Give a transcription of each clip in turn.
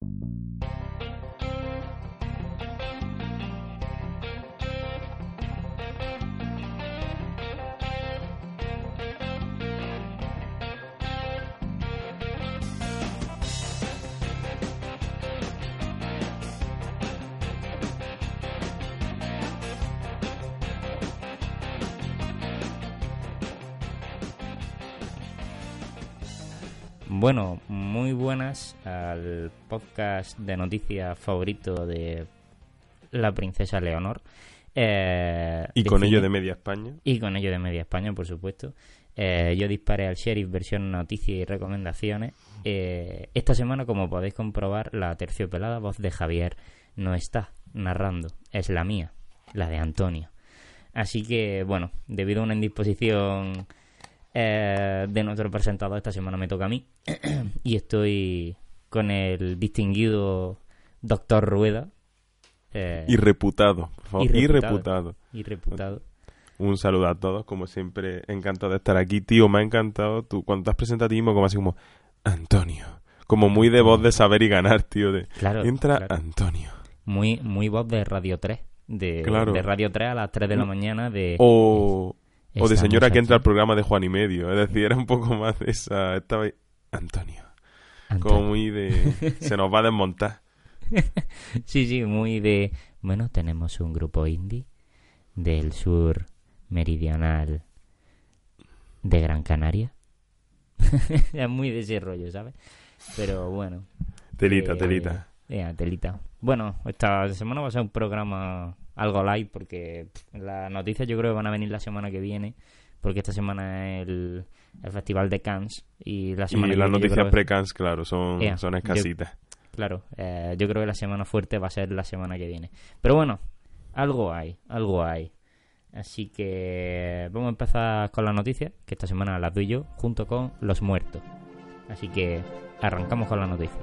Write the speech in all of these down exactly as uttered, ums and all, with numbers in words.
Bueno, muy buenas al podcast de noticias favorito de la princesa Leonor. Eh, y con cine, ello de Media España. Y con ello de Media España, por supuesto. Eh, yo disparé al sheriff versión noticias y recomendaciones. Eh, esta semana, como podéis comprobar, la terciopelada voz de Javier no está narrando. Es la mía, la de Antonio. Así que, bueno, debido a una indisposición eh, de nuestro presentador, esta semana me toca a mí. Y estoy con el distinguido doctor Rueda. Eh, Irreputado, por favor. Irreputado. Irreputado. Irreputado. Un saludo a todos, como siempre, encantado de estar aquí. Tío, me ha encantado tú, cuando te has presentado a ti mismo como así como Antonio. Como muy de voz de saber y ganar, tío. De, claro, entra claro. Antonio. Muy, muy voz de Radio tres. De, claro. de Radio tres a las tres de la mañana. De, o, o de señora que entra aquí. al programa de Juan y Medio. Es decir, era un poco más de esa... Estaba ahí, Antonio. Antonio. Como muy de... Se nos va a desmontar. Sí, sí, muy de... Bueno, tenemos un grupo indie del sur meridional de Gran Canaria. Es muy de ese rollo, ¿sabes? Pero bueno. Telita, eh, telita. Eh, telita. Bueno, esta semana va a ser un programa algo light porque pff, las noticias yo creo que van a venir la semana que viene, porque esta semana es el, el Festival de Cannes y la semana y que las viene noticias que... pre-Cannes, claro, son, eh, son escasitas. Yo, claro, eh, yo creo que la semana fuerte va a ser la semana que viene. Pero bueno, algo hay, algo hay. Así que vamos a empezar con las noticias, que esta semana las doy yo, junto con los muertos. Así que arrancamos con las noticias.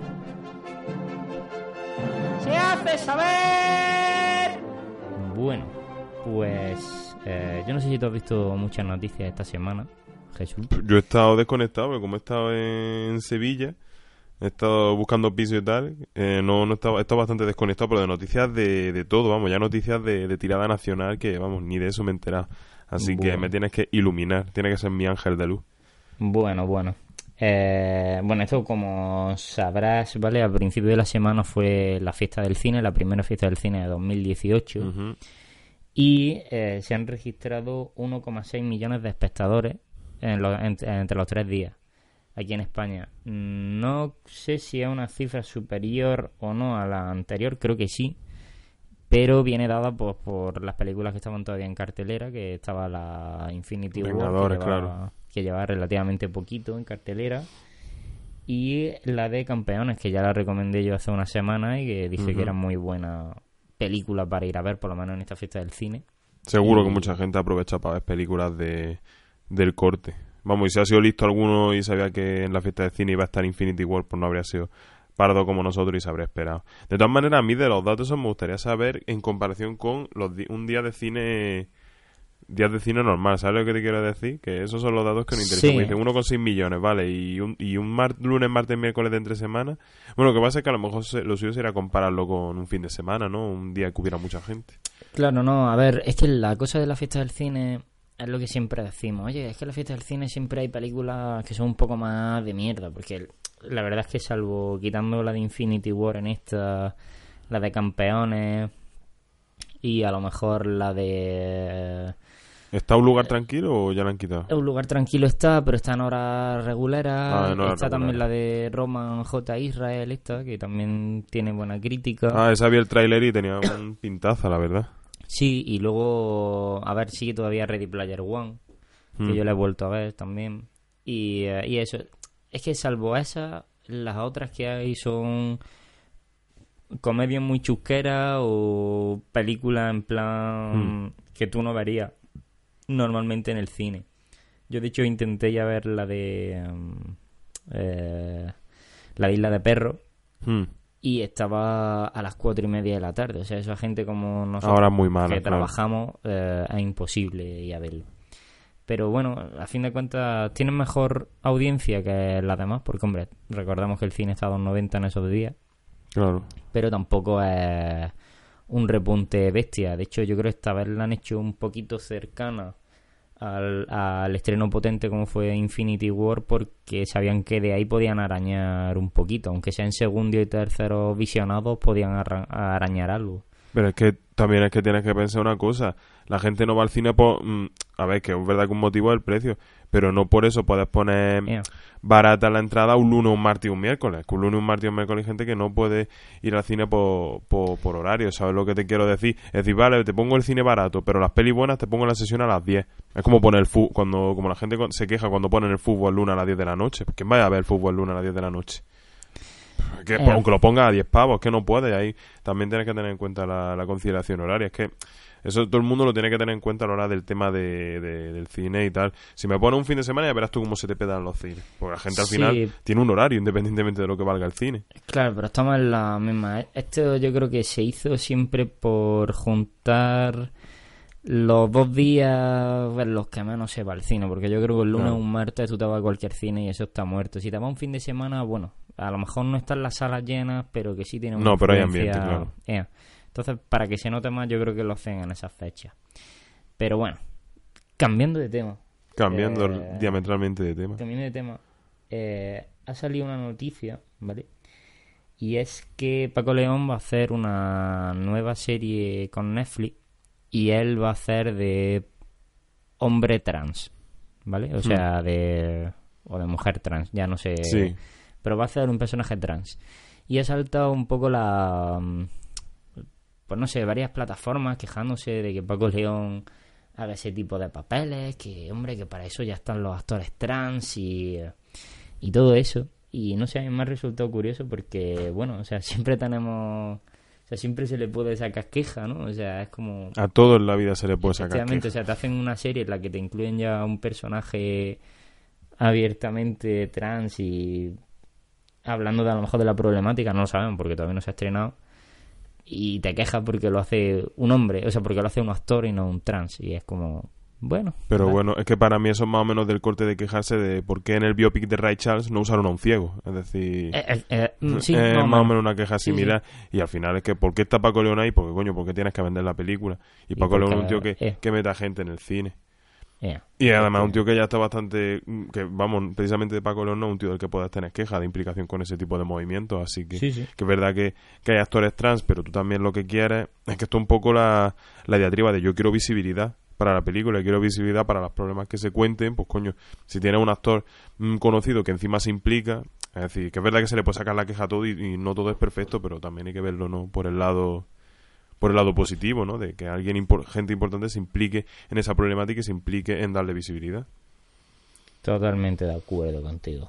¡Se hace saber! Bueno, pues eh, yo no sé si tú has visto muchas noticias esta semana, Jesús. Yo he estado desconectado, porque como he estado en Sevilla, he estado buscando piso y tal, eh, no, no he, estado, he estado bastante desconectado, pero de noticias de, de todo, vamos, ya noticias de, de tirada nacional, que vamos, ni de eso me he enterado. Así bueno. que me tienes que iluminar, tiene que ser mi ángel de luz. Bueno, bueno. Eh, bueno, esto como sabrás, ¿vale? Al principio de la semana fue la fiesta del cine, la primera fiesta del cine de dos mil dieciocho. Uh-huh. Y eh, se han registrado uno coma seis millones de espectadores en lo, en, entre los tres días aquí en España. No sé si es una cifra superior o no a la anterior, creo que sí, pero viene dada pues, por las películas que estaban todavía en cartelera, que estaba la Infinity War, Vengadores, que llevaba, claro. que llevaba relativamente poquito en cartelera, y la de Campeones, que ya la recomendé yo hace una semana y que dice uh-huh. que era muy buena película para ir a ver, por lo menos en esta fiesta del cine. Seguro y... que mucha gente aprovecha para ver películas de del corte. Vamos, y si ha sido listo alguno y sabía que en la fiesta del cine iba a estar Infinity War, pues no habría sido pardo como nosotros y se habría esperado. De todas maneras, a mí de los datos me gustaría saber en comparación con los di- un día de cine días de cine normal, ¿sabes lo que te quiero decir? Que esos son los datos que nos interesan. Sí. Dicen uno coma seis millones, ¿vale? Y un, y un mar- lunes, martes, miércoles de entre semana. Bueno, lo que pasa es que a lo mejor se, lo suyo sería compararlo con un fin de semana, ¿no? Un día que hubiera mucha gente. Claro, no, a ver, es que la cosa de la fiesta del cine es lo que siempre decimos. Oye, es que en la fiesta del cine siempre hay películas que son un poco más de mierda, porque la verdad es que salvo quitando la de Infinity War en esta, la de Campeones y a lo mejor la de... ¿Está un lugar tranquilo o ya la han quitado? Un lugar tranquilo está, pero está en horas regulares. Ah, en horas está regulares. También la de Roman J. Israel, esta, que también tiene buena crítica. Ah, esa vi el tráiler y tenía un pintaza, la verdad. Sí, y luego, a ver, sigue todavía Ready Player One, que hmm. yo la he vuelto a ver también. Y, uh, y eso, es que salvo esa, las otras que hay son comedias muy chusqueras o películas en plan hmm. que tú no verías normalmente en el cine. Yo de hecho intenté ya ver la de um, eh, la de Isla de Perros hmm. y estaba a las cuatro y media de la tarde. O sea, esa gente como nosotros ahora muy mala, que claro. trabajamos eh, es imposible ir a verlo. Pero bueno, a fin de cuentas tienen mejor audiencia que las demás, porque hombre, recordamos que el cine está a dos noventa en esos días. Claro. Pero tampoco es un repunte bestia. De hecho, yo creo que esta vez la han hecho un poquito cercana al, al estreno potente como fue Infinity War, porque sabían que de ahí podían arañar un poquito. Aunque sea en segundo y tercero visionados, podían arra- arañar algo. Pero es que también es que tienes que pensar una cosa. La gente no va al cine por... mm, a ver, que es verdad que un motivo es el precio, pero no por eso puedes poner Yeah. barata la entrada un lunes, un martes y un miércoles. Que un lunes, un martes y un miércoles hay gente que no puede ir al cine por, por, por horario. ¿Sabes lo que te quiero decir? Es decir, vale, te pongo el cine barato, pero las pelis buenas te pongo la sesión a las diez. Es como poner el fútbol, cuando, como la gente se queja cuando ponen el fútbol el lunes a las diez de la noche. ¿Quién vaya a ver el fútbol el lunes a las diez de la noche? Que, Eh. aunque lo ponga a diez pavos, que no puede. Ahí también tienes que tener en cuenta la, la consideración horaria. Es que eso todo el mundo lo tiene que tener en cuenta a la hora del tema de, de- del cine y tal. Si me pones un fin de semana ya verás tú cómo se te pedan los cines. Porque la gente al Sí. final tiene un horario independientemente de lo que valga el cine. Claro, pero estamos en la misma. Esto yo creo que se hizo siempre por juntar los dos días en los que menos se va al cine, porque yo creo que el lunes o Claro. un martes tú te vas a cualquier cine y eso está muerto. Si te vas un fin de semana, bueno, a lo mejor no están las salas llenas, pero que sí tiene una No, pero hay influencia- ambiente, claro. Eh, Entonces, para que se note más, yo creo que lo hacen en esas fechas. Pero bueno, cambiando de tema. Cambiando Eh, diametralmente de tema. Cambiando de tema, eh, ha salido una noticia, ¿vale? Y es que Paco León va a hacer una nueva serie con Netflix y él va a hacer de hombre trans, ¿vale? O sea, de... o de mujer trans, ya no sé. Sí. Pero va a hacer un personaje trans. Y ha saltado un poco la... mm, pues no sé, varias plataformas quejándose de que Paco León haga ese tipo de papeles, que hombre, que para eso ya están los actores trans y, y todo eso. Y no sé, a mí me ha resultado curioso porque, bueno, o sea, siempre tenemos... O sea, siempre se le puede sacar queja, ¿no? O sea, es como... A todo en la vida se le puede sacar Efectivamente, queja. o sea, te hacen una serie en la que te incluyen ya un personaje abiertamente trans y hablando de a lo mejor de la problemática, no lo sabemos porque todavía no se ha estrenado, y te quejas porque lo hace un hombre, o sea, porque lo hace un actor y no un trans, y es como, bueno. Pero vale. bueno, es que para mí eso es más o menos del corte de quejarse de por qué en el biopic de Ray Charles no usaron a un ciego. Es decir... Eh, eh, eh, mm, sí, es más o más o menos. menos una queja Sí, similar y al final es que ¿por qué está Paco León ahí? Porque coño, porque tienes que vender la película y Y Paco León es un porque, tío que, eh. que meta gente en el cine Eh, y además porque- un tío que ya está bastante que vamos, precisamente de Paco León no es un tío del que puedas tener queja de implicación con ese tipo de movimientos, así que, Sí, sí. que es verdad que, que hay actores trans, pero tú también lo que quieres es que esto es un poco la, la diatriba de yo quiero visibilidad para la película, y quiero visibilidad para los problemas que se cuenten, pues coño, si tienes un actor mm, conocido que encima se implica, es decir, que es verdad que se le puede sacar la queja a todo y, y no todo es perfecto, pero también hay que verlo, ¿no? Por el lado por el lado positivo, ¿no? De que alguien impor- gente importante se implique en esa problemática y se implique en darle visibilidad. Totalmente de acuerdo contigo.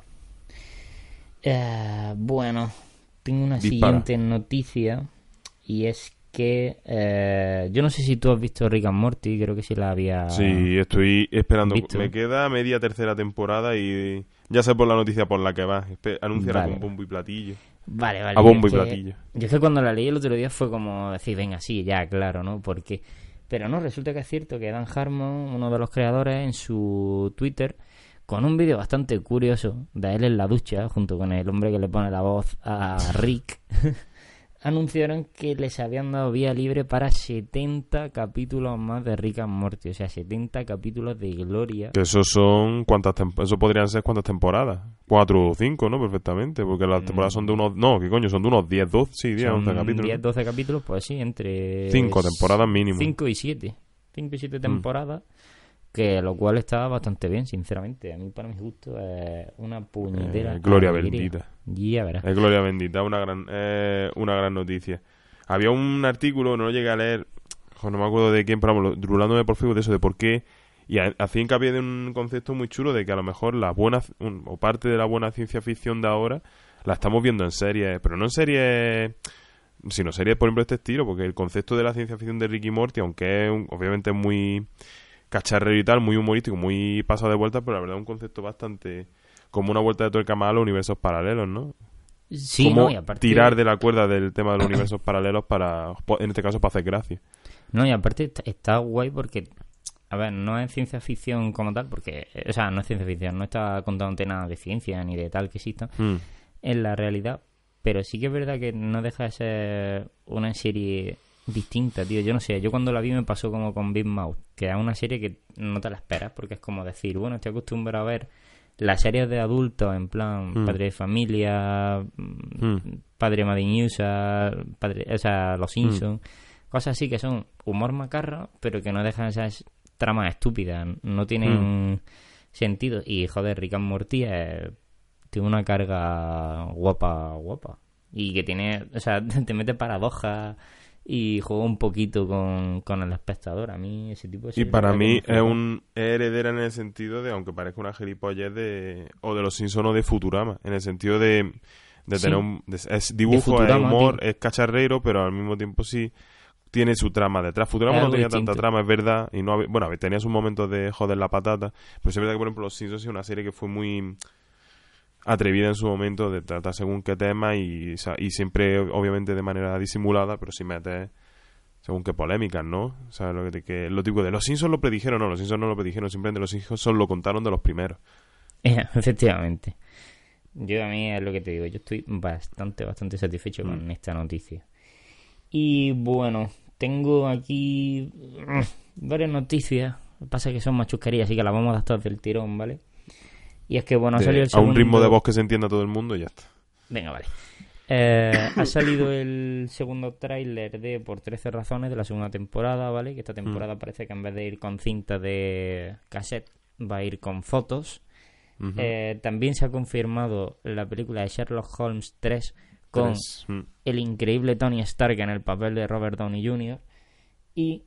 Eh, bueno, tengo una Dispara. siguiente noticia y es que eh, yo no sé si tú has visto Rick and Morty, creo que sí la había Sí, estoy esperando. ¿visto? Me queda media tercera temporada y ya sé por la noticia por la que va. Espe- Anunciará Vale. con bombo y platillo. Vale, vale. A bombo es y que- platillo. Yo es que cuando la leí el otro día fue como decir, venga, sí, ya, claro, ¿no? Porque... Pero no, resulta que es cierto que Dan Harmon, uno de los creadores, en su Twitter, con un vídeo bastante curioso de él en la ducha, junto con el hombre que le pone la voz a Rick, anunciaron que les habían dado vía libre para setenta capítulos más de Rick and Morty. O sea, setenta capítulos de gloria. Que eso son. ¿Cuántas tem- Eso podrían ser cuántas temporadas? Cuatro o cinco, ¿no? Perfectamente. Porque las temporadas son de unos. No, ¿qué coño? Son de unos diez, doce. Sí, diez, Son once capítulos. diez, doce capítulos, pues sí, entre... Cinco temporadas mínimo. cinco y siete. cinco y siete Mm. temporadas, que lo cual está bastante bien, sinceramente. A mí, para mi gusto, es una puñetera Eh, gloria alegría. bendita. Ya verás. Es gloria bendita, una gran, eh, una gran noticia. Había un artículo, no lo llegué a leer, jo, no me acuerdo de quién, pero vamos, drulándome por Facebook de eso, de por qué, y ha- hacía hincapié de un concepto muy chulo de que a lo mejor la buena, un- o parte de la buena ciencia ficción de ahora, la estamos viendo en series, pero no en series, sino series, por ejemplo, de este estilo, porque el concepto de la ciencia ficción de Rick y Morty, aunque es un- obviamente muy cacharrero y tal, muy humorístico, muy pasado de vuelta, pero la verdad es un concepto bastante como una vuelta de tuerca más a los universos paralelos, ¿no? Sí, Cómo no, y aparte... tirar de la cuerda del tema de los universos paralelos para, en este caso, para hacer gracia. No, y aparte está, está guay porque... A ver, no es ciencia ficción como tal, porque... O sea, no es ciencia ficción, no está contándote nada de ciencia ni de tal que exista Mm. en la realidad, pero sí que es verdad que no deja de ser una serie distinta, tío. Yo no sé, yo cuando la vi me pasó como con Big Mouth, que es una serie que no te la esperas, porque es como decir, bueno, estoy acostumbrado a ver las series de adultos, en plan Mm. Padre de Familia, Mm. Padre Madiñusa, padre, o sea, Los Simpsons, mm. cosas así que son humor macarra, pero que no dejan esas tramas estúpidas, no tienen mm. sentido. Y joder, Rick and Morty es, tiene una carga guapa, guapa. Y que tiene, o sea, te mete paradojas y juega un poquito con, con el espectador. A mí ese tipo de... Y para mí es un es heredera en el sentido de, aunque parezca una gilipollez de o de los Simpsons o de Futurama, en el sentido de, de Sí. tener un... de- es dibujo, De Futurama, es humor, tío. es cacharreiro, pero al mismo tiempo sí tiene su trama detrás. Futurama Es no algo tenía distinto. tanta trama, es verdad, y no había- bueno, tenía sus momentos de joder la patata, pero es verdad que, por ejemplo, Los Simpsons es una serie que fue muy atrevida en su momento de tratar según qué tema y, o sea, y siempre, obviamente, de manera disimulada, pero sin meter según qué polémicas, ¿no? O sea, lo, que, que, lo típico de los Simpsons lo predijeron, no, los Simpsons no lo predijeron, simplemente los Simpsons lo contaron de los primeros. Efectivamente. Yo a mí es lo que te digo, yo estoy bastante, bastante satisfecho mm. con esta noticia. Y bueno, tengo aquí varias noticias. Lo que pasa es que son más chusquerías, así que las vamos a dar todas del tirón, ¿vale? Y es que bueno, ha de, salido el a segundo... un ritmo de voz que se entienda todo el mundo y ya está. Venga, vale. Eh, ha salido el segundo tráiler de Por trece razones de la segunda temporada, ¿vale? Que esta temporada mm. parece que en vez de ir con cinta de cassette va a ir con fotos. Uh-huh. Eh, también se ha confirmado la película de Sherlock Holmes tres con mm. el increíble Tony Stark en el papel de Robert Downey junior Y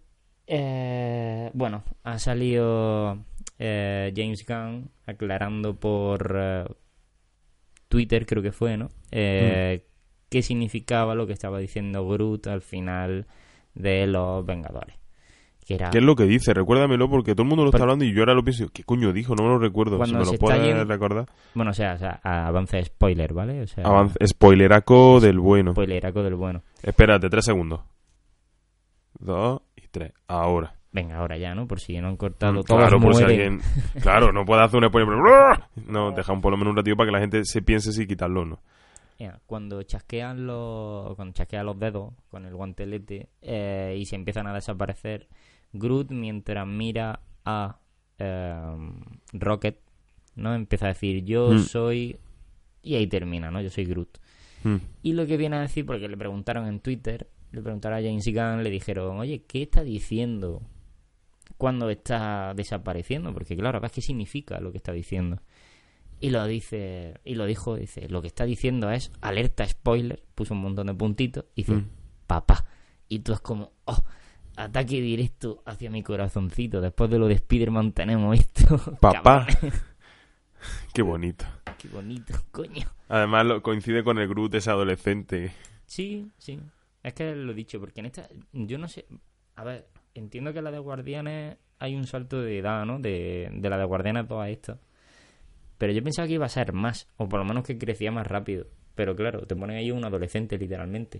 eh, bueno, ha salido eh, James Gunn aclarando por eh, Twitter, creo que fue, ¿no? Eh, mm. qué significaba lo que estaba diciendo Groot al final de Los Vengadores. Que era... ¿Qué es lo que dice? Recuérdamelo porque todo el mundo lo está Por... hablando y yo ahora lo pienso. ¿Qué coño dijo? No me lo recuerdo. Cuando si me lo puedes yendo... recordar. Bueno, o sea, o sea, avance spoiler, ¿vale? O sea, avance... Spoileraco del bueno. Spoileraco del bueno. Espérate, tres segundos. Dos y tres. Ahora. Venga, ahora ya, ¿no? Por si no han cortado mm, todo. Claro, por si alguien... Claro, no puede hacer un spoiler. No, deja un por lo menos un ratito para que la gente se piense si quitarlo, ¿no? Yeah, cuando chasquean los cuando chasquean los dedos con el guantelete eh, y se empiezan a desaparecer Groot, mientras mira a eh, Rocket, ¿no? Empieza a decir yo mm. soy, y ahí termina, ¿no? Yo soy Groot. Mm. Y lo que viene a decir, porque le preguntaron en Twitter, le preguntaron a James Gunn, le dijeron, oye, ¿qué está diciendo cuando está desapareciendo? Porque claro, ¿qué significa lo que está diciendo? Y lo dice, y lo dijo, dice, lo que está diciendo es alerta spoiler, puso un montón de puntitos, y dice, mm. papá. Y tú es como, oh, ataque directo hacia mi corazoncito. Después de lo de Spider-Man tenemos esto. Papá. Qué bonito. Qué bonito, coño. Además lo, coincide con el Groot ese adolescente. Sí, sí. Es que lo he dicho, porque en esta, yo no sé, a ver, entiendo que en la de Guardianes hay un salto de edad, ¿no? De, de la de Guardianes a toda esta. Pero yo pensaba que iba a ser más, o por lo menos que crecía más rápido. Pero claro, te ponen ahí un adolescente, literalmente.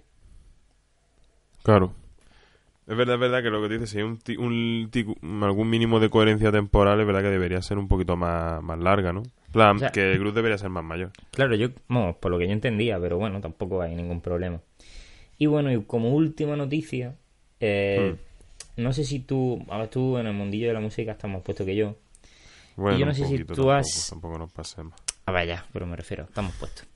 Claro. Es verdad, es verdad que lo que dices, si hay un, t- un t- algún mínimo de coherencia temporal, es verdad que debería ser un poquito más, más larga, ¿no? En plan, o sea, que Groot debería ser más mayor. Claro, yo, bueno, por lo que yo entendía, pero bueno, tampoco hay ningún problema. Y bueno, y como última noticia, eh, hmm. no sé si tú, a ver, tú en el mundillo de la música estás más puesto que yo. Bueno, y yo no sé poquito, si tú tampoco, has... Tampoco nos pasemos. Ah, vaya, pero me refiero, estamos puestos.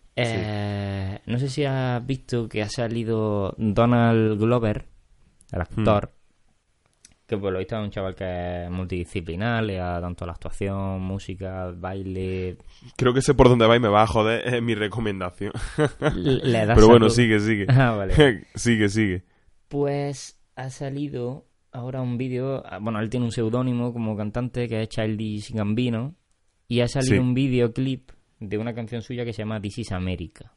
Eh, sí. No sé si has visto que ha salido Donald Glover, el actor, hmm. que por lo visto es un chaval que es multidisciplinar, le da tanto a la actuación, música, baile... Creo que sé por dónde va y me va a joder, es mi recomendación. Le das pero bueno, todo... sigue, sigue. Ah, vale. sigue, sigue. Pues ha salido... ahora un vídeo, bueno, él tiene un seudónimo como cantante que es Childish Gambino y ha salido sí. un videoclip de una canción suya que se llama This is America.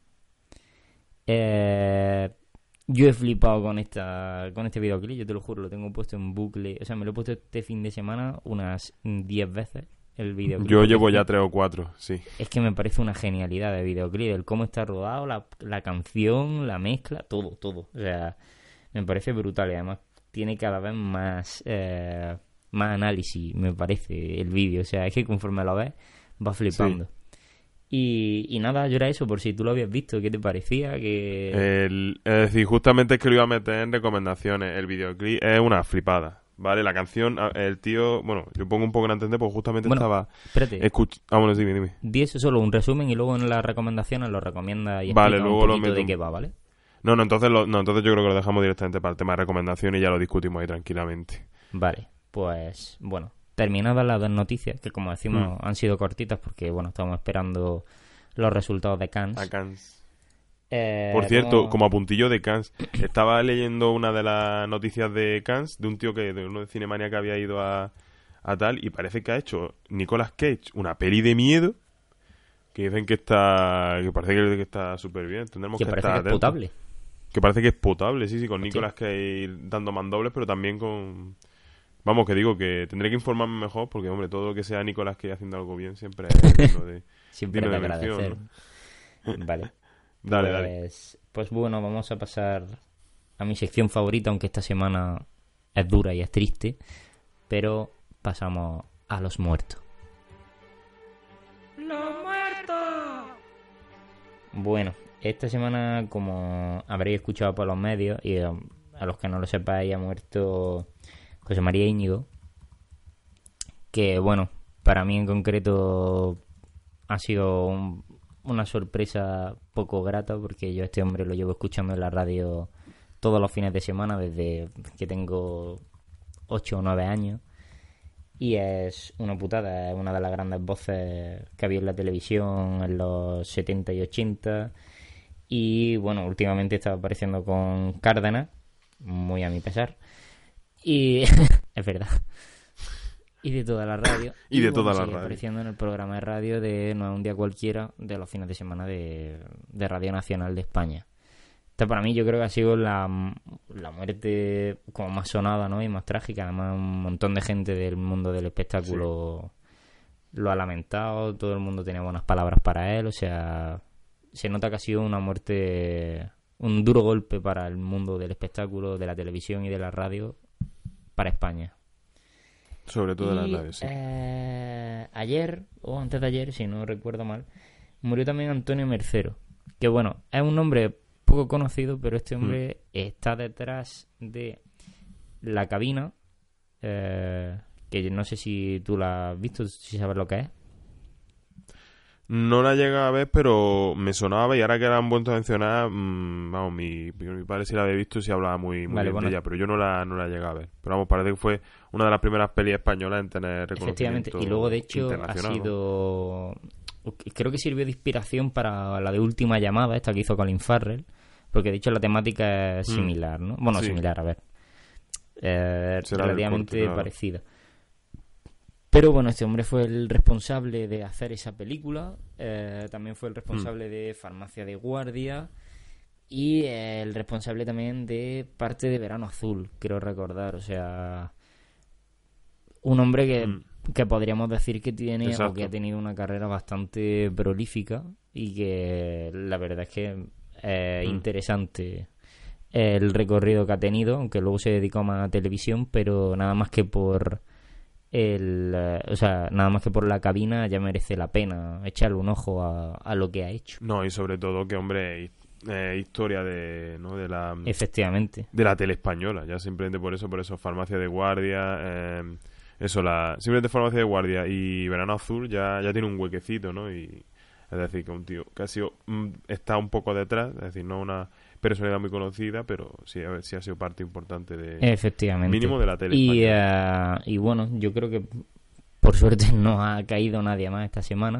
Eh, yo he flipado con esta con este videoclip, yo te lo juro, lo tengo puesto en bucle, o sea, me lo he puesto este fin de semana unas diez veces el videoclip. Yo llevo ya tres o cuatro, sí. Es que me parece una genialidad de videoclip, el cómo está rodado, la, la canción, la mezcla, todo, todo. O sea, me parece brutal y además tiene cada vez más eh, más análisis, me parece, el vídeo. O sea, es que conforme lo ves, vas flipando. Sí. Y, y nada, yo era eso, por si tú lo habías visto, ¿qué te parecía? Que... El, es decir, justamente es que lo iba a meter en recomendaciones. El videoclip es una flipada, ¿vale? La canción, el tío... Bueno, yo pongo un poco en antender porque justamente bueno, estaba... Espérate. Escuch... Ah, bueno, dime, dime. Di eso solo, un resumen, y luego en las recomendaciones lo recomienda y vale, explica luego un lo poquito meto... de qué va, ¿vale? No, no entonces, lo, no, entonces yo creo que lo dejamos directamente para el tema de recomendaciones y ya lo discutimos ahí tranquilamente. Vale, pues bueno, terminadas las dos noticias, que como decimos Mm. han sido cortitas porque, bueno, estamos esperando los resultados de Cannes. A Cannes. Eh, Por cierto, como... como apuntillo de Cannes, estaba leyendo una de las noticias de Cannes de un tío que de uno de Cinemania que había ido a, a tal y parece que ha hecho Nicolas Cage una peli de miedo que dicen que está que parece que está súper bien. Tendremos que que parece estar que es atentos. potable. Que parece que es potable, sí, sí, con Hostia. Nicolas Cage dando mandobles, pero también con... Vamos, que digo que tendré que informarme mejor porque, hombre, todo lo que sea Nicolas Cage haciendo algo bien siempre es digno de, Siempre digno de de agradecer. mención, ¿no? Vale. Dale, pues, dale. Pues bueno, vamos a pasar a mi sección favorita, aunque esta semana es dura y es triste, pero pasamos a los muertos. ¡Los muertos! Bueno, esta semana, como habréis escuchado por los medios, y a los que no lo sepáis, ha muerto José María Íñigo, que bueno, para mí en concreto ha sido un, una sorpresa poco grata, porque yo a este hombre lo llevo escuchando en la radio todos los fines de semana desde que tengo ocho o nueve años, y es una putada, es una de las grandes voces que había en la televisión en los setenta y ochenta, y bueno, últimamente estaba apareciendo con Cárdenas, muy a mi pesar, y es verdad, y de toda la radio, y de bueno, toda la sigue radio apareciendo en el programa de radio de No es un día cualquiera de los fines de semana de, de Radio Nacional de España. Esta para mí yo creo que ha sido la, la muerte como más sonada, ¿no? Y más trágica. Además, un montón de gente del mundo del espectáculo sí. lo ha lamentado, todo el mundo tenía buenas palabras para él, o sea, se nota que ha sido una muerte, un duro golpe para el mundo del espectáculo, de la televisión y de la radio, para España. Sobre todo y, la radio, sí. Eh, ayer, o antes de ayer, si no recuerdo mal, murió también Antonio Mercero, que bueno, es un nombre poco conocido, pero este hombre mm. está detrás de La Cabina, eh, que no sé si tú la has visto, si sabes lo que es. No la llega a ver, pero me sonaba, y ahora que la han vuelto a mencionar, mmm, vamos, mi, mi padre sí la había visto y sí hablaba muy, muy vale, bien bueno. de ella, pero yo no la, no la llegué a ver. Pero vamos, parece que fue una de las primeras pelis españolas en tener reconocimiento. Efectivamente, y luego de hecho ha sido... ¿no? Creo que sirvió de inspiración para la de Última Llamada, esta que hizo Colin Farrell, porque de hecho la temática es similar, ¿no? Bueno, sí. similar, a ver. Eh, relativamente corte, claro. parecida. Pero bueno, este hombre fue el responsable de hacer esa película, eh, también fue el responsable mm. de Farmacia de Guardia y eh, el responsable también de parte de Verano Azul, quiero recordar. O sea, un hombre que, mm. que podríamos decir que tiene Exacto. o que ha tenido una carrera bastante prolífica y que la verdad es que es mm. interesante el recorrido que ha tenido, aunque luego se dedicó más a televisión, pero nada más que por... El, o sea, nada más que por La Cabina ya merece la pena echarle un ojo a, a lo que ha hecho. No, y sobre todo que, hombre, eh, historia de, ¿no? de la... Efectivamente. De la tele española, ya simplemente por eso, por eso, Farmacia de Guardia, eh, eso, la simplemente Farmacia de Guardia y Verano Azul ya, ya tiene un huequecito, ¿no? Y es decir, que un tío que ha sido, está un poco detrás, es decir, no una personalidad muy conocida, pero sí, a ver, sí ha sido parte importante de efectivamente mínimo de la tele y, uh, y bueno, yo creo que por suerte no ha caído nadie más esta semana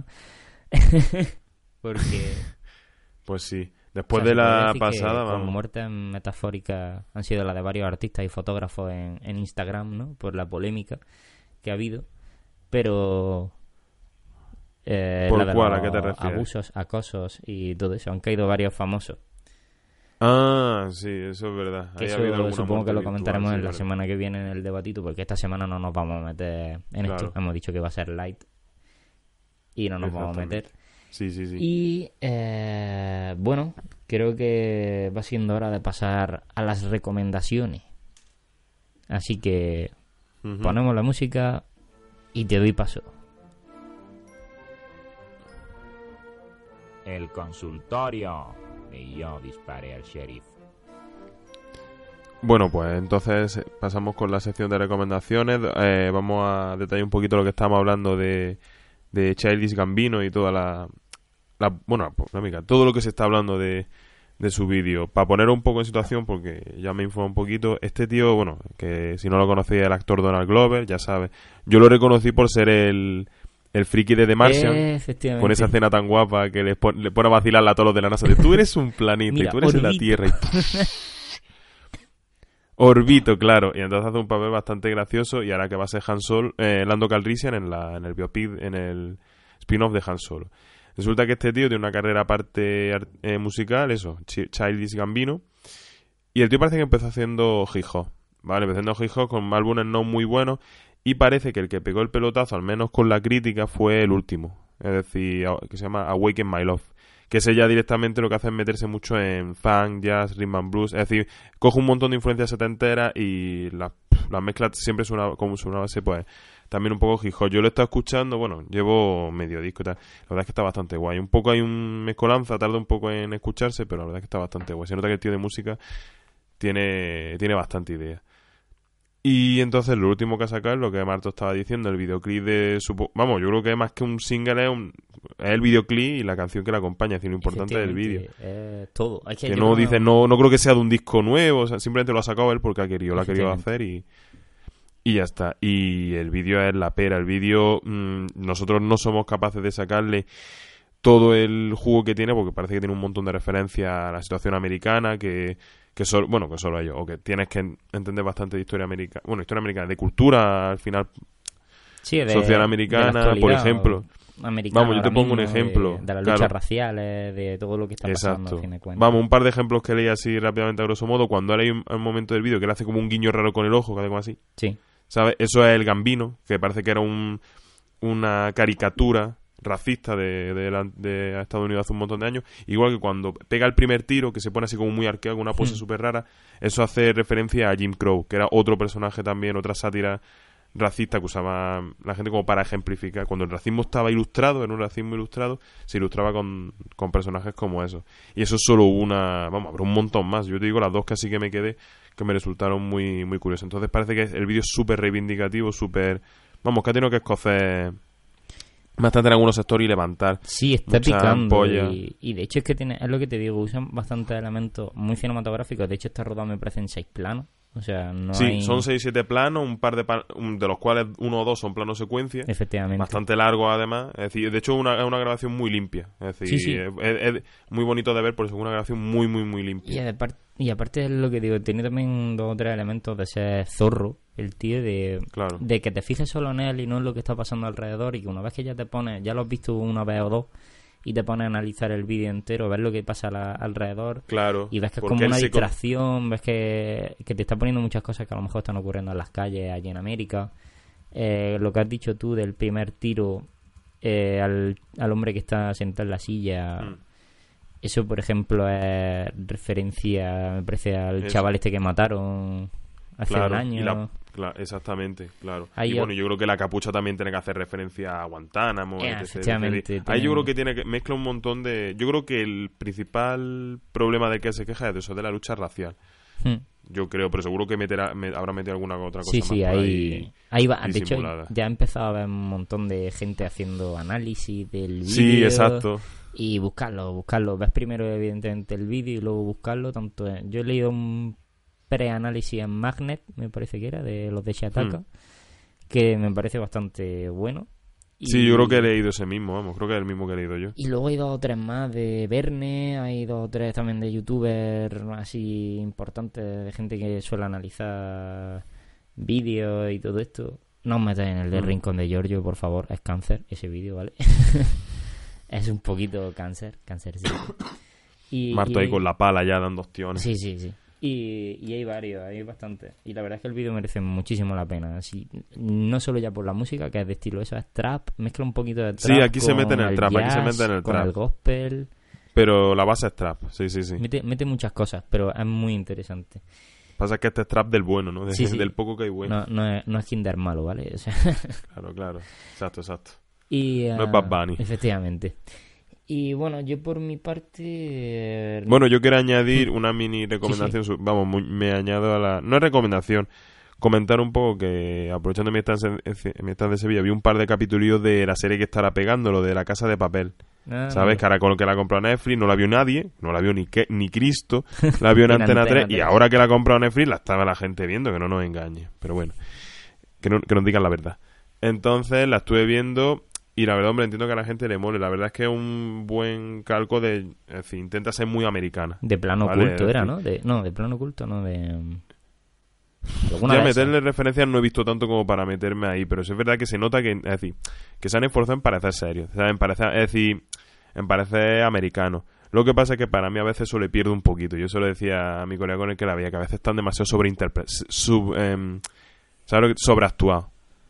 porque pues sí, después o sea, de la pasada con muertes metafóricas han sido las de varios artistas y fotógrafos en, en Instagram, ¿no? Por la polémica que ha habido, pero eh, ¿por la de cuál? los ¿A qué te refieres? Abusos, acosos y todo eso, han caído varios famosos. Ah, sí, eso es verdad. Que eso supongo que lo comentaremos virtual, en sí, la vale. semana que viene en el debatito, porque esta semana no nos vamos a meter en claro. esto. Hemos dicho que va a ser light y no nos vamos a meter. Sí, sí, sí. Y eh, bueno, creo que va siendo hora de pasar a las recomendaciones. Así que uh-huh. ponemos la música y te doy paso. el consultorio. Y yo disparé al sheriff. Bueno, pues entonces pasamos con la sección de recomendaciones. Eh, vamos a detallar un poquito lo que estábamos hablando de, de Childish Gambino y toda la, la bueno, la polémica, todo lo que se está hablando de, de su vídeo. Para poner un poco en situación, porque ya me informo un poquito, este tío, bueno, que si no lo conocía, el actor Donald Glover, ya sabes, yo lo reconocí por ser el, el friki de The Martian, eh, con esa escena tan guapa que le, pon, le pone a vacilarla a todos los de la NASA, de tú eres un planeta. Mira, y tú eres de la Tierra y Orbito, claro, y entonces hace un papel bastante gracioso. Y ahora que va a ser Han Solo, eh, Lando Calrissian en, la, en el biopic, en el spin-off de Han Solo. Resulta que este tío tiene una carrera aparte eh, musical, eso, Ch- Childish Gambino, y el tío parece que empezó haciendo hip hop, ¿vale? Empezando hip hop con álbumes no muy buenos, y parece que el que pegó el pelotazo, al menos con la crítica, fue el último, es decir, que se llama Awaken My Love, que ese ya directamente lo que hace es meterse mucho en funk, jazz, rhythm and blues, es decir, coge un montón de influencias setenteras y las la mezcla siempre suena como sonaba ese, pues también un poco hip hop. Yo lo he estado escuchando, bueno, llevo medio disco y tal, la verdad es que está bastante guay, un poco hay un mezcolanza, tarda un poco en escucharse, pero la verdad es que está bastante guay, se nota que el tío de música tiene, tiene bastante idea. Y entonces lo último que ha sacado es lo que Marto estaba diciendo, el videoclip de su... Vamos, yo creo que más que un single es, un, es el videoclip y la canción que la acompaña, es decir, lo importante del vídeo. Eh, todo. Es que que no no dice, no, no creo que sea de un disco nuevo, o sea, simplemente lo ha sacado él porque ha querido, lo ha querido hacer y, y ya está. Y el vídeo es la pera, el vídeo mmm, nosotros no somos capaces de sacarle todo el jugo que tiene porque parece que tiene un montón de referencias a la situación americana, que... que solo, bueno, que solo ellos, o que tienes que entender bastante de historia americana, bueno, historia americana, de cultura, al final, sí, de, social americana, por ejemplo. Vamos, yo te pongo un ejemplo. De, de las luchas claro. raciales, de todo lo que está pasando. Exacto. A fin de cuentas. Vamos, un par de ejemplos que leí así rápidamente a grosso modo, cuando leí un, un momento del vídeo que le hace como un guiño raro con el ojo, que hace como así. Sí. ¿Sabes? Eso es el Gambino, que parece que era un una caricatura racista de, de, de, de Estados Unidos hace un montón de años, igual que cuando pega el primer tiro, que se pone así como muy arqueado, con una pose súper rara, eso hace referencia a Jim Crow, que era otro personaje también, otra sátira racista que usaba la gente como para ejemplificar. Cuando el racismo estaba ilustrado, era un racismo ilustrado, se ilustraba con, con personajes como esos. Y eso es solo una... Vamos, habrá un montón más. Yo te digo las dos que así que me quedé, que me resultaron muy, muy curiosas. Entonces parece que el vídeo es súper reivindicativo, súper... Vamos, que ha tenido que escocer... bastante en algunos sectores y levantar sí, está picando y, y de hecho es que tiene, es lo que te digo, usan bastantes elementos muy cinematográficos. De hecho está rodado me parece en seis planos, o sea, no sí, hay... son seis, siete planos, un par de pan, de los cuales uno o dos son planos secuencia, efectivamente, bastante largos además, es decir, de hecho una, es una grabación muy limpia, es decir, sí, sí. Es, es muy bonito de ver, por eso es una grabación muy, muy, muy limpia. Y aparte, y aparte es lo que digo, tiene también dos o tres elementos de ser zorro, el tío, de, claro. de que te fijes solo en él y no en lo que está pasando alrededor, y que una vez que ya te pones, ya lo has visto una vez o dos, y te pones a analizar el vídeo entero, ver lo que pasa la, alrededor, claro, y ves que es como una distracción, con... ves que, que te está poniendo muchas cosas que a lo mejor están ocurriendo en las calles allí en América. Eh, lo que has dicho tú del primer tiro eh, al, al hombre que está sentado en la silla... Mm. Eso, por ejemplo, es referencia, me parece, al Eso. chaval este que mataron hace claro, un año. Y la, claro, exactamente, claro. Ahí y yo... bueno, yo creo que la capucha también tiene que hacer referencia a Guantánamo. Eh, efectivamente. Ahí yo creo que tiene que mezcla un montón de... Yo creo que el principal problema del que se queja es de eso, de la lucha racial. Hmm. Yo creo, pero seguro que meterá, me, habrá metido alguna otra cosa sí, más sí, por ahí, ahí, ahí va. De hecho, ya he empezado a ver un montón de gente haciendo análisis del vídeo. Sí, exacto. Y buscarlo, buscarlo. Ves primero, evidentemente, el vídeo y luego buscarlo. Tanto en... Yo he leído un preanálisis en Magnet, me parece que era, de los de Shataka, hmm. que me parece bastante bueno. Y... Sí, yo creo que he leído ese mismo, vamos, creo que es el mismo que he leído yo. Y luego hay dos o tres más de Verne, hay dos o tres también de youtubers así importantes, de gente que suele analizar vídeos y todo esto. No os metáis en el del mm. Rincón de Giorgio, por favor, es cáncer ese vídeo, ¿vale? Es un poquito cáncer, cáncer sí. Y, Marto y... ahí con la pala ya dando opciones. Sí, sí, sí. Y, y hay varios, hay bastantes. Y la verdad es que el vídeo merece muchísimo la pena. Así, no solo ya por la música, que es de estilo eso, es trap, mezcla un poquito de trap. Sí, aquí se mete en el, el trap, jazz, aquí se mete en el con trap. el gospel. Pero la base es trap, sí, sí, sí. Mete, mete muchas cosas, pero es muy interesante. Pasa que este es trap del bueno, ¿no? De, sí, sí. Del poco que hay bueno. No, no, es, no es Kinder malo, ¿vale? O sea... Claro, claro. Exacto, exacto. Y, uh, no es Bad Bunny. Efectivamente. Y bueno, yo por mi parte... eh, Bueno, yo quiero añadir una mini recomendación. Sí, su- Vamos, muy- me añado a la... No es recomendación. Comentar un poco que, aprovechando mi estancia en, en mi estancia de Sevilla, vi un par de capítulos de la serie que estará pegando, lo de La Casa de Papel. ah, ¿Sabes? no. Que ahora con lo que la compró Netflix no la vio nadie, no la vio ni que, ni Cristo, la vio en En Antena Antena tres y tres. ahora que la ha comprado Netflix la estaba la gente viendo, que no nos engañe. Pero bueno, que, no, que nos digan la verdad. Entonces la estuve viendo y la verdad, hombre, entiendo que a la gente le mole. La verdad es que es un buen calco de... Es decir, intenta ser muy americana. De plano Vale, oculto es era, decir- ¿no? De, no, de plano oculto, no de... mm, alguna Ya de esas. meterle referencias no he visto tanto como para meterme ahí, pero sí es verdad que se nota que, es decir, que se han esforzado en parecer serios, ¿sabes? En parecer, es decir, en parecer americano. Lo que pasa es que para mí a veces eso le pierde un poquito. Yo se lo decía a mi colega con el que la veía, que a veces están demasiado sobreinterpretados, sub, em, ¿sabes? lo que- Sobreactuados.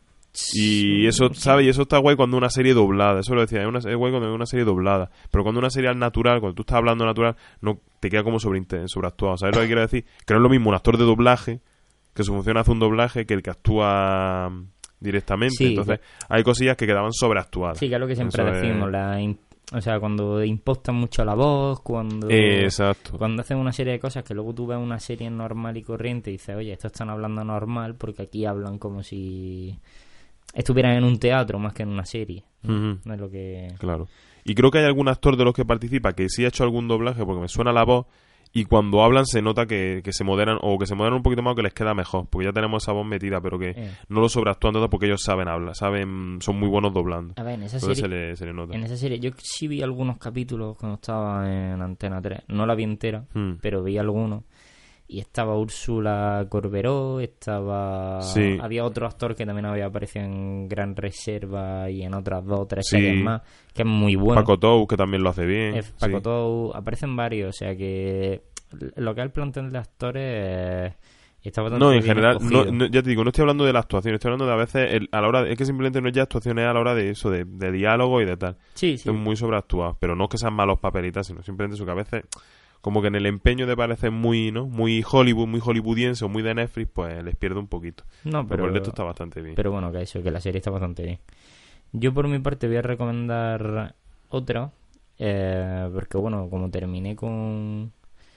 Y eso, ¿sabes? Y eso está guay cuando una serie doblada. Eso lo decía, es, una, es guay cuando es una serie doblada. Pero cuando una serie es natural, cuando tú estás hablando natural, no te queda como sobre, sobreactuado. ¿Sabes lo que quiero decir? Que no es lo mismo un actor de doblaje, que su función hace un doblaje, que el que actúa directamente. Sí, Entonces, hay cosillas que quedaban sobreactuadas. Sí, que es lo que siempre Eso es- decimos, la im- o sea, cuando impostan mucho la voz, cuando... Eh, exacto. Cuando hacen una serie de cosas que luego tú ves una serie normal y corriente y dices, oye, estos están hablando normal porque aquí hablan como si estuvieran en un teatro más que en una serie. Ujú. No es lo que... Claro. Y creo que hay algún actor de los que participa que sí ha hecho algún doblaje porque me suena la voz y cuando hablan se nota que, que se moderan o que se moderan un poquito más o que les queda mejor porque ya tenemos esa voz metida pero que Eh. no lo sobreactúan tanto porque ellos saben hablar, saben, son muy buenos doblando. A ver, en esa Entonces serie... se le, se le nota. En esa serie, yo sí vi algunos capítulos cuando estaba en Antena tres. No la vi entera, Hmm. pero vi algunos. Y estaba Úrsula Corberó, estaba... Sí. Había otro actor que también había aparecido en Gran Reserva y en otras dos o tres Sí. series más, que es muy bueno. Paco Tou, que también lo hace bien. Es Paco sí. Tou, aparecen varios, o sea que lo que es el plantel de actores eh, está bastante No, en bien general, no, escogido. no, ya te digo, no estoy hablando de la actuación, estoy hablando de a veces, el- a la hora, es que simplemente no es ya actuación, es a la hora de eso, de, de diálogo y de tal. Sí, sí. Son muy sobreactuados, pero no es que sean malos papelitas, sino simplemente eso que a veces, como que en el empeño de parecer muy, ¿no? Muy Hollywood, muy hollywoodiense o muy de Netflix, pues les pierde un poquito. No, Pero, pero, por el resto está bastante bien. pero bueno, que eso, que la serie está bastante bien. Yo por mi parte voy a recomendar otra, eh, porque bueno, como terminé con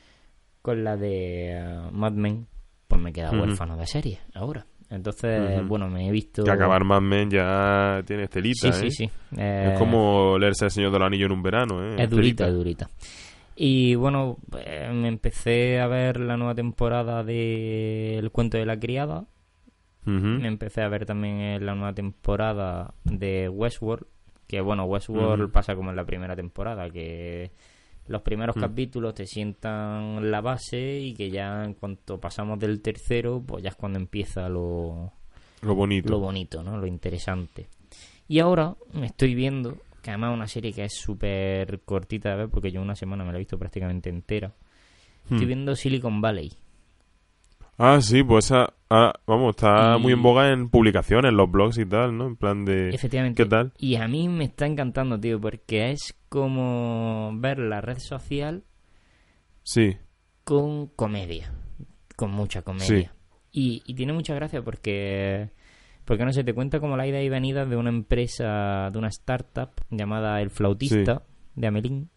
con la de eh, Mad Men, pues me he quedado Ujú. huérfano de serie ahora. Entonces, Ujú. bueno, me he visto... Que acabar Mad Men ya tiene estelita, Sí, ¿eh? sí, sí. Eh, Es como leerse El Señor del Anillo en un verano, ¿eh? Es durita, Estelita. es durita. Y bueno, eh, me empecé a ver la nueva temporada de El cuento de la criada. Ujú. Me empecé a ver también eh, la nueva temporada de Westworld. Que bueno, Westworld Ujú. pasa como en la primera temporada, que los primeros Mm. capítulos te sientan la base y que ya en cuanto pasamos del tercero, pues ya es cuando empieza lo, Lo bonito. lo bonito, ¿no? Lo interesante. Y ahora me estoy viendo, que además es una serie que es súper cortita de ver, porque yo una semana me la he visto prácticamente entera. Estoy Hmm. viendo Silicon Valley. Ah, sí, pues esa, ah, vamos, está Y- muy en boga en publicaciones, en los blogs y tal, ¿no? En plan de... Efectivamente. ¿Qué tal? Y a mí me está encantando, tío, porque es como ver la red social Sí. con comedia. Con mucha comedia. Y, y tiene mucha gracia porque... Porque no sé, te cuenta como la ida y venida de una empresa, de una startup llamada El Flautista, de Amelín,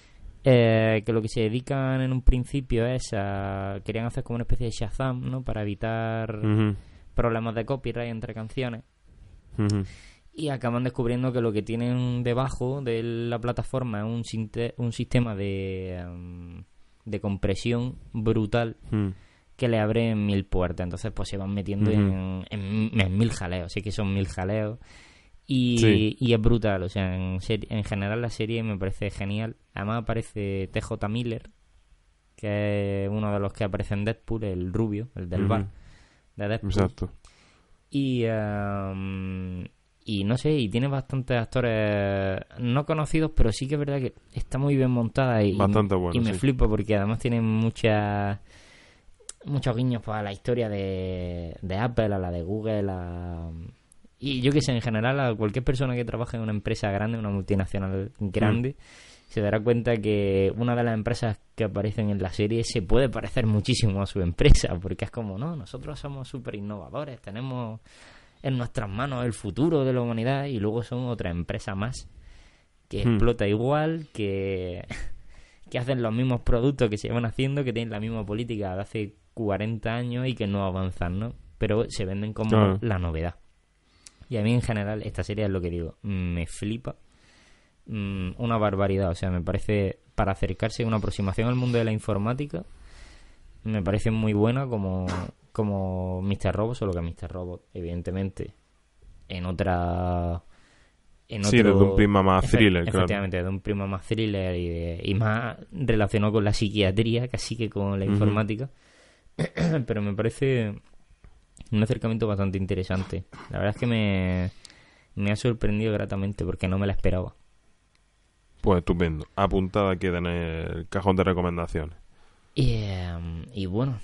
eh, que lo que se dedican en un principio es a... Querían hacer como una especie de Shazam, ¿no? Para evitar Ujú, problemas de copyright entre canciones. ujú. Y acaban descubriendo que lo que tienen debajo de la plataforma es un, sinte- un sistema de, em, de compresión brutal Mm. que le abre mil puertas. Entonces pues se van metiendo Ujú. en, en, en mil jaleos. Sí que son mil jaleos. Y, Sí. y es brutal. O sea, en, ser- en general la serie me parece genial. Además aparece T J Miller, que es uno de los que aparece en Deadpool, el rubio, el del Ujú. bar de Deadpool. Exacto. Y, um, y no sé, y tiene bastantes actores no conocidos, pero sí que es verdad que está muy bien montada y, Bastante bueno, y me sí. flipa porque además tiene muchas muchos guiños para la historia de, de Apple, a la de Google, a, y yo que sé, en general a cualquier persona que trabaje en una empresa grande, una multinacional grande, se dará cuenta que una de las empresas que aparecen en la serie se puede parecer muchísimo a su empresa, porque es como, no, nosotros somos súper innovadores, tenemos en nuestras manos el futuro de la humanidad, y luego son otra empresa más que Hmm. explota igual, que, que hacen los mismos productos que se llevan haciendo, que tienen la misma política de hace cuarenta años y que no avanzan, ¿no? Pero se venden como Claro. la novedad. Y a mí en general esta serie es lo que digo, me flipa, mm, una barbaridad, o sea, me parece, para acercarse a una aproximación al mundo de la informática, me parece muy buena como, como míster Robot, solo que míster Robot, evidentemente, en otra... En Sí, otro- desde un prisma más Efe- thriller, claro. Efectivamente, de un prisma más thriller y, de- y más relacionado con la psiquiatría, casi que con la Ujú. informática. Pero me parece un acercamiento bastante interesante. La verdad es que me, me ha sorprendido gratamente porque no me la esperaba. Pues estupendo. Apuntada queda en el cajón de recomendaciones. Y, eh, y bueno,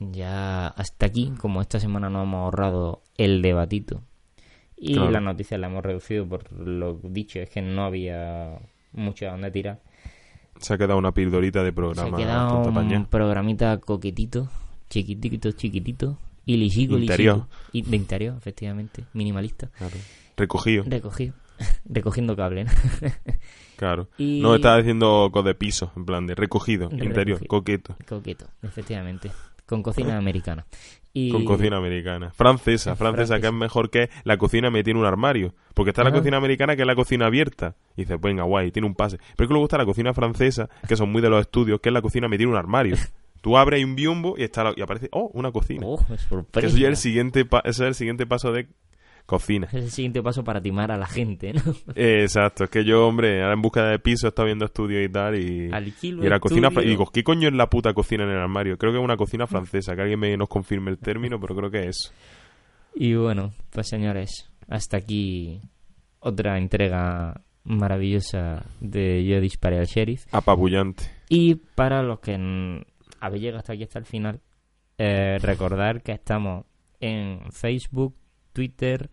ya hasta aquí, como esta semana nos hemos ahorrado el debatito y Claro. las noticias las hemos reducido por lo dicho, es que no había mucho a dónde tirar. Se ha quedado una pildorita de Se programa. ha quedado tonta un paña. programita coquetito, chiquitito, chiquitito, y lisico, Interior. lisico. Y de interior, efectivamente, minimalista. Claro. Recogido, Recogido, recogiendo cable, ¿no? claro. Y- No estaba diciendo co de piso, en plan de recogido, De interior, recogido. coqueto. Coqueto, efectivamente. Con cocina americana. Y... Con cocina americana. Francesa, francesa, Francesa. que es mejor que la cocina me tiene un armario. Porque está la Ah. cocina americana, que es la cocina abierta. Y dices, venga, guay, tiene un pase. Pero es que luego está la cocina francesa, que son muy de los estudios, que es la cocina me tiene un armario. Tú abres un biombo y está la- y aparece, oh, una cocina. ¡Oh, sorpresa! Que eso ya es el siguiente pa- ese es el siguiente paso de cocina. Es el siguiente paso para timar a la gente, ¿no? Eh, exacto, es que yo, hombre, ahora en búsqueda de piso he estado viendo estudios y tal y, Alquilo y era cocina fra- y estudio. digo, ¿qué coño es la puta cocina en el armario? Creo que es una cocina francesa, que alguien me nos confirme el término, pero creo que es. Y bueno, pues señores, hasta aquí otra entrega maravillosa de Yo disparé al sheriff. Apabullante. Y para los que mm, habéis llegado hasta aquí hasta el final, eh, recordar que estamos en Facebook, Twitter,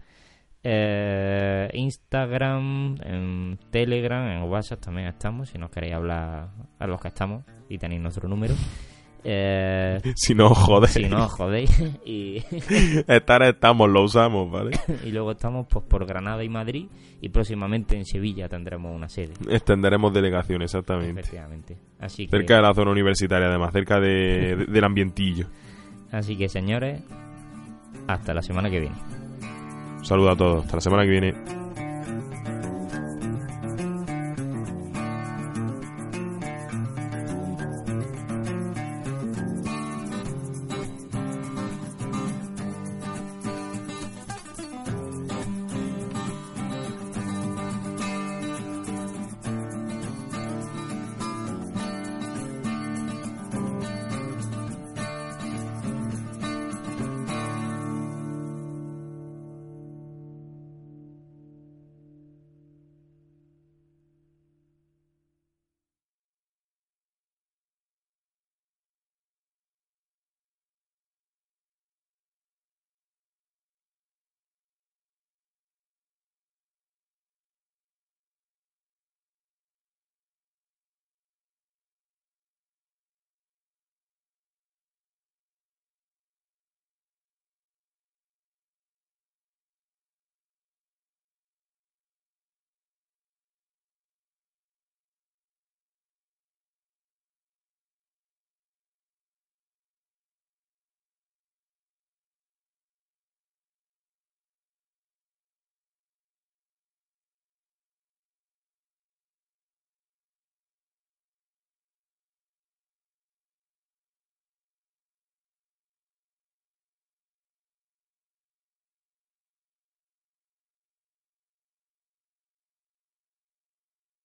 eh, Instagram, en Telegram, en WhatsApp también estamos, si nos queréis hablar a los que estamos y tenéis nuestro número. Eh, Si no, joder. si no os jodéis. Y, Estar estamos, lo usamos, ¿vale? y luego estamos pues por Granada y Madrid y próximamente en Sevilla tendremos una sede. Extenderemos delegación, exactamente. Efectivamente. Así que, Cerca de la zona universitaria, además, cerca de, de- del ambientillo. así que señores, hasta la semana que viene. Un saludo a todos. Hasta la semana que viene.